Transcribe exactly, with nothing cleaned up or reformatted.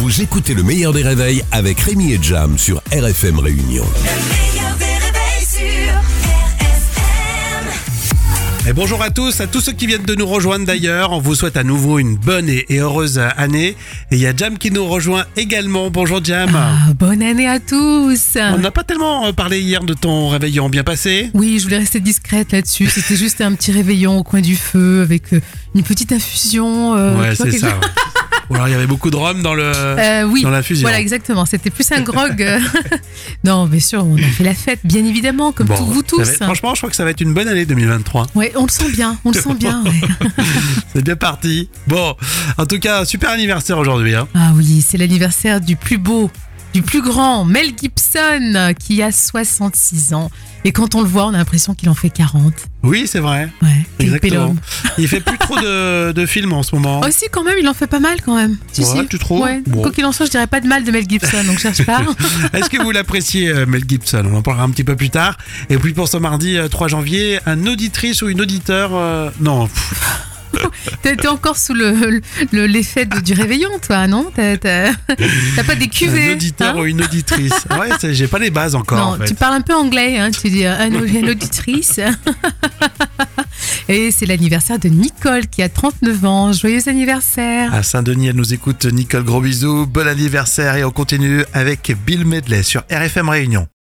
Vous écoutez le meilleur des réveils avec Rémi et Jam sur R F M Réunion. Le meilleur des réveils sur R F M. Et bonjour à tous, à tous ceux qui viennent de nous rejoindre d'ailleurs. On vous souhaite à nouveau une bonne et et heureuse année. Et il y a Jam qui nous rejoint également. Bonjour Jam. Ah, bonne année à tous. On n'a pas tellement euh, parlé hier de ton réveillon, bien passé? Oui, je voulais rester discrète là-dessus. C'était juste un petit réveillon au coin du feu avec euh, une petite infusion. euh, Ouais, tu vois, c'est quelque ça. chose- ouais. Ou alors il y avait beaucoup de rhum dans le Euh, oui, dans l'infusion. voilà, exactement. C'était plus un grog. euh. Non, bien sûr, on a fait la fête, bien évidemment, comme Bon, tous vous ça tous. va être- franchement, je crois que ça va être une bonne année deux mille vingt-trois. Ouais, on le sent bien, on le sent bien. ouais. C'est bien parti. Bon, en tout cas, super anniversaire aujourd'hui. Hein. Ah oui, c'est l'anniversaire du plus beau, du plus grand, Mel Gibson, euh, qui a soixante-six ans. Et quand on le voit, on a l'impression qu'il en fait quarante. Oui, c'est vrai. Ouais, quel bel Exactement. homme. Il fait plus trop de, de films en ce moment. Oh, si, quand même, il en fait pas mal quand même. Si, Ouais, si. tu trouves? Ouais. Bon. Quoi qu'il en soit, je dirais pas de mal de Mel Gibson, donc cherche pas. Est-ce que vous l'appréciez, euh, Mel Gibson? On en parlera un petit peu plus tard. Et puis pour ce mardi euh, trois janvier, un auditrice ou une auditeur... euh, Non, pff, T'es t'es encore sous le, le- l'effet de- du réveillon, toi, non? T'as t'as- t'as pas des cuvées? un auditeur hein ou une auditrice. Ouais, c'est- j'ai pas les bases encore Non, en fait. tu parles un peu anglais, hein, tu dis euh, un, une auditrice. Et c'est l'anniversaire de Nicole qui a trente-neuf ans. Joyeux anniversaire. À Saint-Denis, elle nous écoute. Nicole, gros bisous. Bon anniversaire et on continue avec Bill Medley sur R F M Réunion.